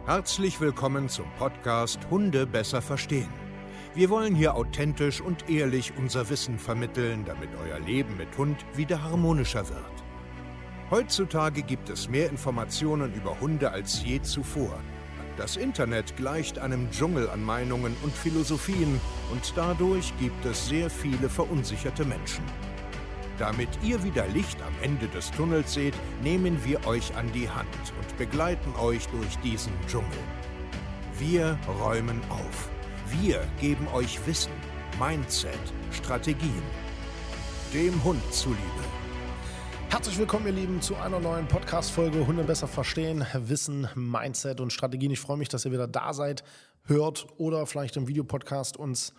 Herzlich willkommen zum Podcast Hunde besser verstehen. Wir wollen hier authentisch und ehrlich unser Wissen vermitteln, damit euer Leben mit Hund wieder harmonischer wird. Heutzutage gibt es mehr Informationen über Hunde als je zuvor. Das Internet gleicht einem Dschungel an Meinungen und Philosophien und dadurch gibt es sehr viele verunsicherte Menschen. Damit ihr wieder Licht am Ende des Tunnels seht, nehmen wir euch an die Hand und begleiten euch durch diesen Dschungel. Wir räumen auf. Wir geben euch Wissen, Mindset, Strategien. Dem Hund zuliebe. Herzlich willkommen, ihr Lieben, zu einer neuen Podcast-Folge Hunde besser verstehen, Wissen, Mindset und Strategien. Ich freue mich, dass ihr wieder da seid, hört oder vielleicht im Videopodcast uns,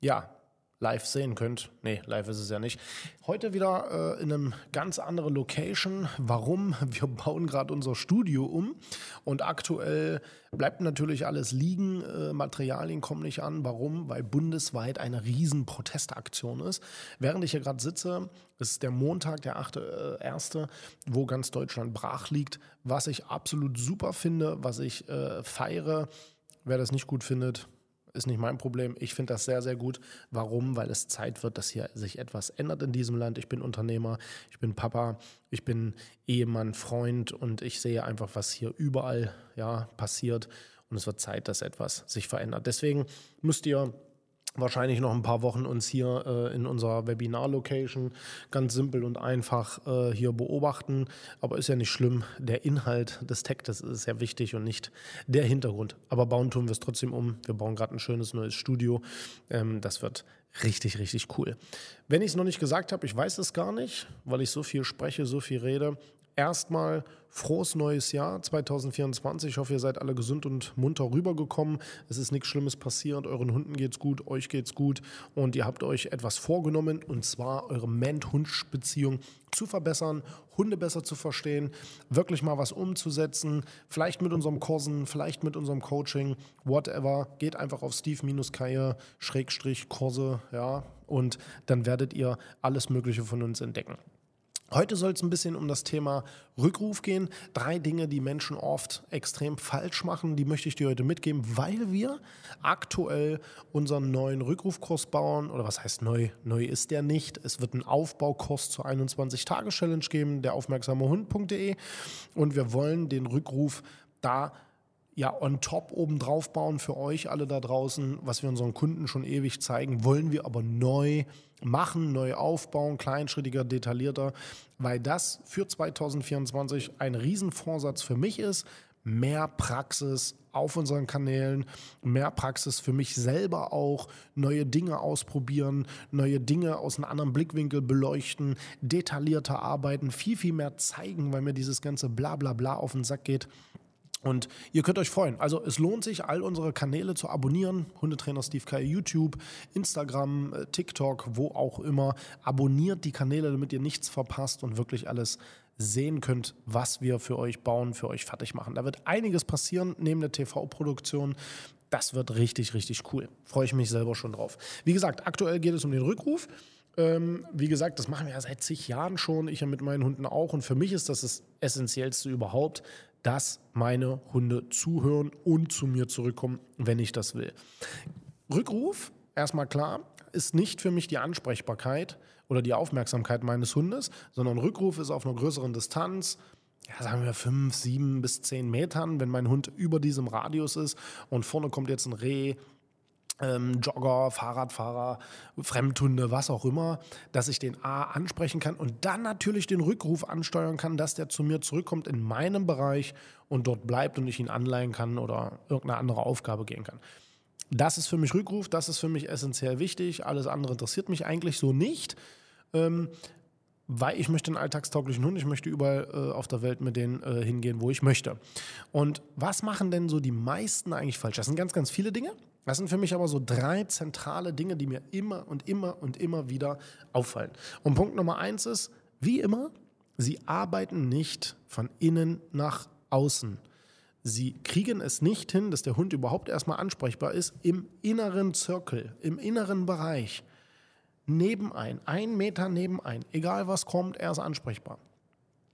live sehen könnt. Nee, live ist es ja nicht. Heute wieder in einem ganz anderen Location. Warum? Wir bauen gerade unser Studio um und aktuell bleibt natürlich alles liegen. Materialien kommen nicht an. Warum? Weil bundesweit eine riesen Protestaktion ist. Während ich hier gerade sitze, ist der Montag, der 8.1., wo ganz Deutschland brach liegt. Was ich absolut super finde, was ich feiere. Wer das nicht gut findet, ist nicht mein Problem. Ich finde das sehr, sehr gut. Warum? Weil es Zeit wird, dass hier sich etwas ändert in diesem Land. Ich bin Unternehmer, ich bin Papa, ich bin Ehemann, Freund und ich sehe einfach, was hier überall passiert. Und es wird Zeit, dass etwas sich verändert. Deswegen müsst ihr wahrscheinlich noch ein paar Wochen uns hier in unserer Webinar-Location ganz simpel und einfach hier beobachten. Aber ist ja nicht schlimm. Der Inhalt des Textes ist sehr wichtig und nicht der Hintergrund. Aber bauen tun wir es trotzdem um. Wir bauen gerade ein schönes neues Studio. Das wird richtig, richtig cool. Wenn ich es noch nicht gesagt habe, ich weiß es gar nicht, weil ich so viel spreche, so viel rede. Erstmal frohes neues Jahr 2024. Ich hoffe, ihr seid alle gesund und munter rübergekommen. Es ist nichts Schlimmes passiert. Euren Hunden geht's gut, euch geht's gut. Und ihr habt euch etwas vorgenommen, und zwar eure Mensch-Hund-Beziehung zu verbessern, Hunde besser zu verstehen, wirklich mal was umzusetzen. Vielleicht mit unserem Kursen, vielleicht mit unserem Coaching, whatever. Geht einfach auf Steve-Kaye-Kurse, und dann werdet ihr alles Mögliche von uns entdecken. Heute soll es ein bisschen um das Thema Rückruf gehen. 3 Dinge, die Menschen oft extrem falsch machen, die möchte ich dir heute mitgeben, weil wir aktuell unseren neuen Rückrufkurs bauen. Oder was heißt neu? Neu ist der nicht. Es wird einen Aufbaukurs zur 21-Tage-Challenge geben, der aufmerksamehund.de. Und wir wollen den Rückruf da on top oben drauf bauen für euch alle da draußen, was wir unseren Kunden schon ewig zeigen, wollen wir aber neu machen, neu aufbauen, kleinschrittiger, detaillierter, weil das für 2024 ein Riesenvorsatz für mich ist. Mehr Praxis auf unseren Kanälen, mehr Praxis für mich selber auch, neue Dinge ausprobieren, neue Dinge aus einem anderen Blickwinkel beleuchten, detaillierter arbeiten, viel, viel mehr zeigen, weil mir dieses ganze Blablabla auf den Sack geht. Und ihr könnt euch freuen. Also es lohnt sich, all unsere Kanäle zu abonnieren. Hundetrainer Steve Kaye, YouTube, Instagram, TikTok, wo auch immer. Abonniert die Kanäle, damit ihr nichts verpasst und wirklich alles sehen könnt, was wir für euch bauen, für euch fertig machen. Da wird einiges passieren neben der TV-Produktion. Das wird richtig, richtig cool. Freue ich mich selber schon drauf. Wie gesagt, aktuell geht es um den Rückruf. Wie gesagt, das machen wir ja seit zig Jahren schon. Ich ja mit meinen Hunden auch. Und für mich ist das Essentiellste überhaupt, dass meine Hunde zuhören und zu mir zurückkommen, wenn ich das will. Rückruf, erstmal klar, ist nicht für mich die Ansprechbarkeit oder die Aufmerksamkeit meines Hundes, sondern Rückruf ist auf einer größeren Distanz, sagen wir 5, 7 bis 10 Metern, wenn mein Hund über diesem Radius ist und vorne kommt jetzt ein Reh, Jogger, Fahrradfahrer, Fremdhunde, was auch immer, dass ich den A ansprechen kann und dann natürlich den Rückruf ansteuern kann, dass der zu mir zurückkommt in meinem Bereich und dort bleibt und ich ihn anleihen kann oder irgendeine andere Aufgabe gehen kann. Das ist für mich Rückruf, das ist für mich essentiell wichtig. Alles andere interessiert mich eigentlich so nicht, weil ich möchte einen alltagstauglichen Hund, ich möchte überall auf der Welt mit denen hingehen, wo ich möchte. Und was machen denn so die meisten eigentlich falsch? Das sind ganz, ganz viele Dinge. Das sind für mich aber so 3 zentrale Dinge, die mir immer und immer und immer wieder auffallen. Und Punkt Nummer 1 ist, wie immer, sie arbeiten nicht von innen nach außen. Sie kriegen es nicht hin, dass der Hund überhaupt erstmal ansprechbar ist im inneren Zirkel, im inneren Bereich. Nebenein, 1 Meter nebenein, egal was kommt, er ist ansprechbar.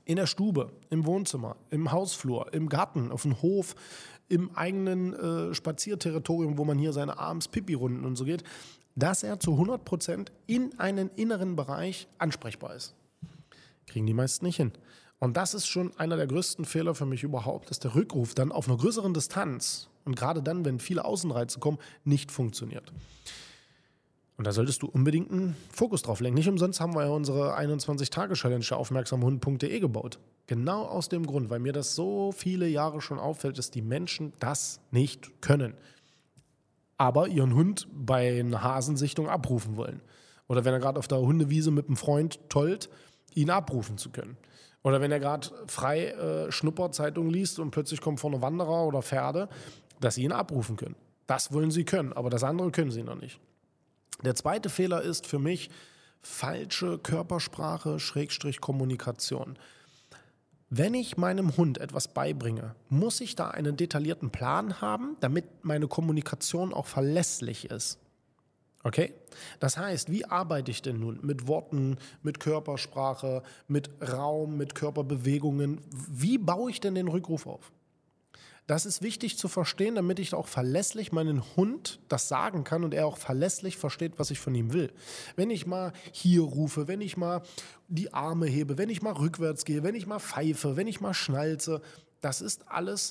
In der Stube, im Wohnzimmer, im Hausflur, im Garten, auf dem Hof, im eigenen Spazierterritorium, wo man hier seine abends Pipi-Runden und so geht, dass er zu 100% in einen inneren Bereich ansprechbar ist. Kriegen die meisten nicht hin. Und das ist schon einer der größten Fehler für mich überhaupt, dass der Rückruf dann auf einer größeren Distanz und gerade dann, wenn viele Außenreize kommen, nicht funktioniert. Und da solltest du unbedingt einen Fokus drauf lenken. Nicht umsonst haben wir ja unsere 21-Tage-Challenge der aufmerksamhund.de gebaut. Genau aus dem Grund, weil mir das so viele Jahre schon auffällt, dass die Menschen das nicht können. Aber ihren Hund bei einer Hasensichtung abrufen wollen. Oder wenn er gerade auf der Hundewiese mit einem Freund tollt, ihn abrufen zu können. Oder wenn er gerade frei Schnupperzeitung liest und plötzlich kommt vorne Wanderer oder Pferde, dass sie ihn abrufen können. Das wollen sie können, aber das andere können sie noch nicht. Der zweite Fehler ist für mich falsche Körpersprache / Kommunikation. Wenn ich meinem Hund etwas beibringe, muss ich da einen detaillierten Plan haben, damit meine Kommunikation auch verlässlich ist. Okay? Das heißt, wie arbeite ich denn nun? Mit Worten, mit Körpersprache, mit Raum, mit Körperbewegungen? Wie baue ich denn den Rückruf auf? Das ist wichtig zu verstehen, damit ich auch verlässlich meinen Hund das sagen kann und er auch verlässlich versteht, was ich von ihm will. Wenn ich mal hier rufe, wenn ich mal die Arme hebe, wenn ich mal rückwärts gehe, wenn ich mal pfeife, wenn ich mal schnalze, das ist alles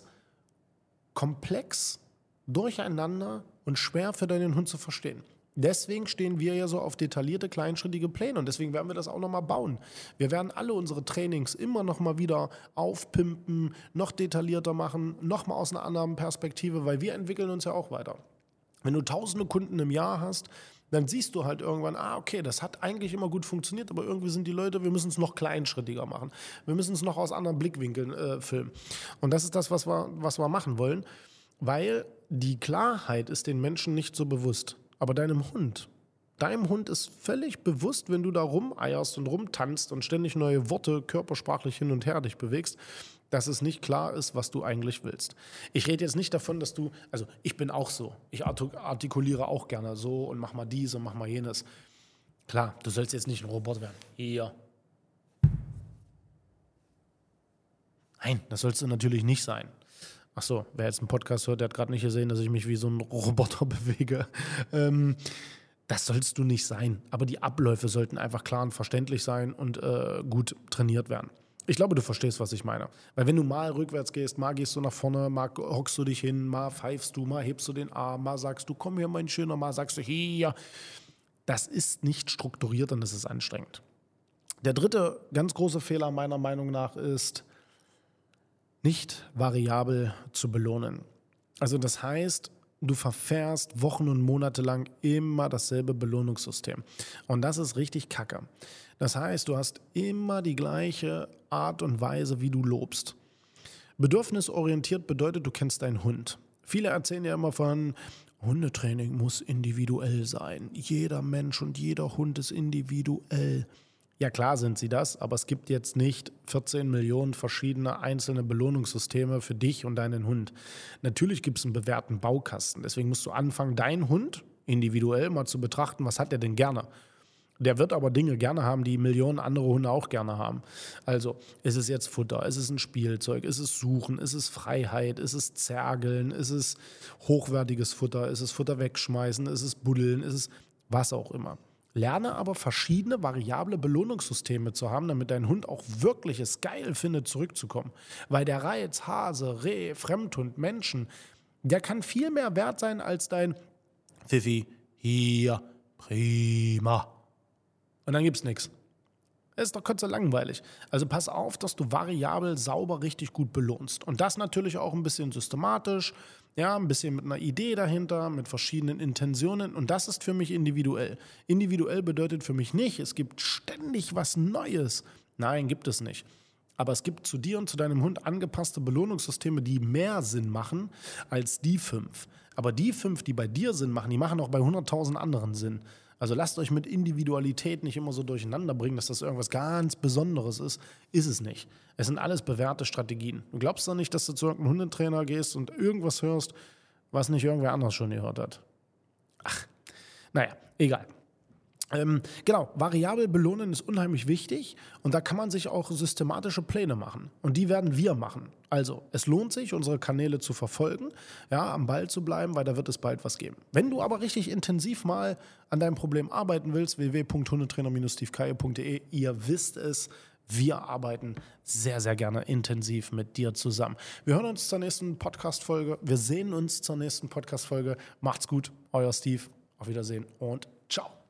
komplex, durcheinander und schwer für deinen Hund zu verstehen. Deswegen stehen wir ja so auf detaillierte, kleinschrittige Pläne und deswegen werden wir das auch nochmal bauen. Wir werden alle unsere Trainings immer nochmal wieder aufpimpen, noch detaillierter machen, nochmal aus einer anderen Perspektive, weil wir entwickeln uns ja auch weiter. Wenn du tausende Kunden im Jahr hast, dann siehst du halt irgendwann, okay, das hat eigentlich immer gut funktioniert, aber irgendwie sind die Leute, wir müssen es noch kleinschrittiger machen. Wir müssen es noch aus anderen Blickwinkeln filmen. Und das ist das, was wir machen wollen, weil die Klarheit ist den Menschen nicht so bewusst. Aber deinem Hund ist völlig bewusst, wenn du da rumeierst und rumtanzt und ständig neue Worte körpersprachlich hin und her dich bewegst, dass es nicht klar ist, was du eigentlich willst. Ich rede jetzt nicht davon, dass du, also ich bin auch so, ich artikuliere auch gerne so und mach mal dies und mach mal jenes. Klar, du sollst jetzt nicht ein Roboter werden. Hier. Nein, das sollst du natürlich nicht sein. Ach so, wer jetzt einen Podcast hört, der hat gerade nicht gesehen, dass ich mich wie so ein Roboter bewege. Das sollst du nicht sein. Aber die Abläufe sollten einfach klar und verständlich sein und gut trainiert werden. Ich glaube, du verstehst, was ich meine. Weil wenn du mal rückwärts gehst, mal gehst du nach vorne, mal hockst du dich hin, mal pfeifst du, mal hebst du den Arm, mal sagst du, komm hier, mein Schöner, mal sagst du, hier. Das ist nicht strukturiert und das ist anstrengend. Der dritte ganz große Fehler meiner Meinung nach ist, nicht variabel zu belohnen. Also das heißt, du verfährst Wochen und Monate lang immer dasselbe Belohnungssystem. Und das ist richtig kacke. Das heißt, du hast immer die gleiche Art und Weise, wie du lobst. Bedürfnisorientiert bedeutet, du kennst deinen Hund. Viele erzählen ja immer von, Hundetraining muss individuell sein. Jeder Mensch und jeder Hund ist individuell. Ja, klar sind sie das, aber es gibt jetzt nicht 14 Millionen verschiedene einzelne Belohnungssysteme für dich und deinen Hund. Natürlich gibt es einen bewährten Baukasten, deswegen musst du anfangen, deinen Hund individuell mal zu betrachten, was hat er denn gerne. Der wird aber Dinge gerne haben, die Millionen andere Hunde auch gerne haben. Also, ist es jetzt Futter, ist es ein Spielzeug, ist es Suchen, ist es Freiheit, ist es Zergeln, ist es hochwertiges Futter, ist es Futter wegschmeißen, ist es Buddeln, ist es was auch immer. Lerne aber verschiedene variable Belohnungssysteme zu haben, damit dein Hund auch wirklich es geil findet, zurückzukommen. Weil der Reiz, Hase, Reh, Fremdhund, Menschen, der kann viel mehr wert sein als dein Pfiffi, hier, prima. Und dann gibt's nichts. Das ist doch kurz so langweilig. Also pass auf, dass du variabel, sauber, richtig gut belohnst. Und das natürlich auch ein bisschen systematisch, ja, ein bisschen mit einer Idee dahinter, mit verschiedenen Intentionen. Und das ist für mich individuell. Individuell bedeutet für mich nicht, es gibt ständig was Neues. Nein, gibt es nicht. Aber es gibt zu dir und zu deinem Hund angepasste Belohnungssysteme, die mehr Sinn machen als die 5. Aber die 5, die bei dir Sinn machen, die machen auch bei 100.000 anderen Sinn. Also lasst euch mit Individualität nicht immer so durcheinander bringen, dass das irgendwas ganz Besonderes ist. Ist es nicht. Es sind alles bewährte Strategien. Du glaubst doch nicht, dass du zu irgendeinem Hundetrainer gehst und irgendwas hörst, was nicht irgendwer anders schon gehört hat. Ach, naja, egal. Genau, variabel belohnen ist unheimlich wichtig und da kann man sich auch systematische Pläne machen und die werden wir machen. Also, es lohnt sich, unsere Kanäle zu verfolgen, ja, am Ball zu bleiben, weil da wird es bald was geben. Wenn du aber richtig intensiv mal an deinem Problem arbeiten willst, www.hundetrainer-stevekaye.de, ihr wisst es, wir arbeiten sehr, sehr gerne intensiv mit dir zusammen. Wir hören uns zur nächsten Podcast-Folge, wir sehen uns zur nächsten Podcast-Folge. Macht's gut, euer Steve, auf Wiedersehen und ciao.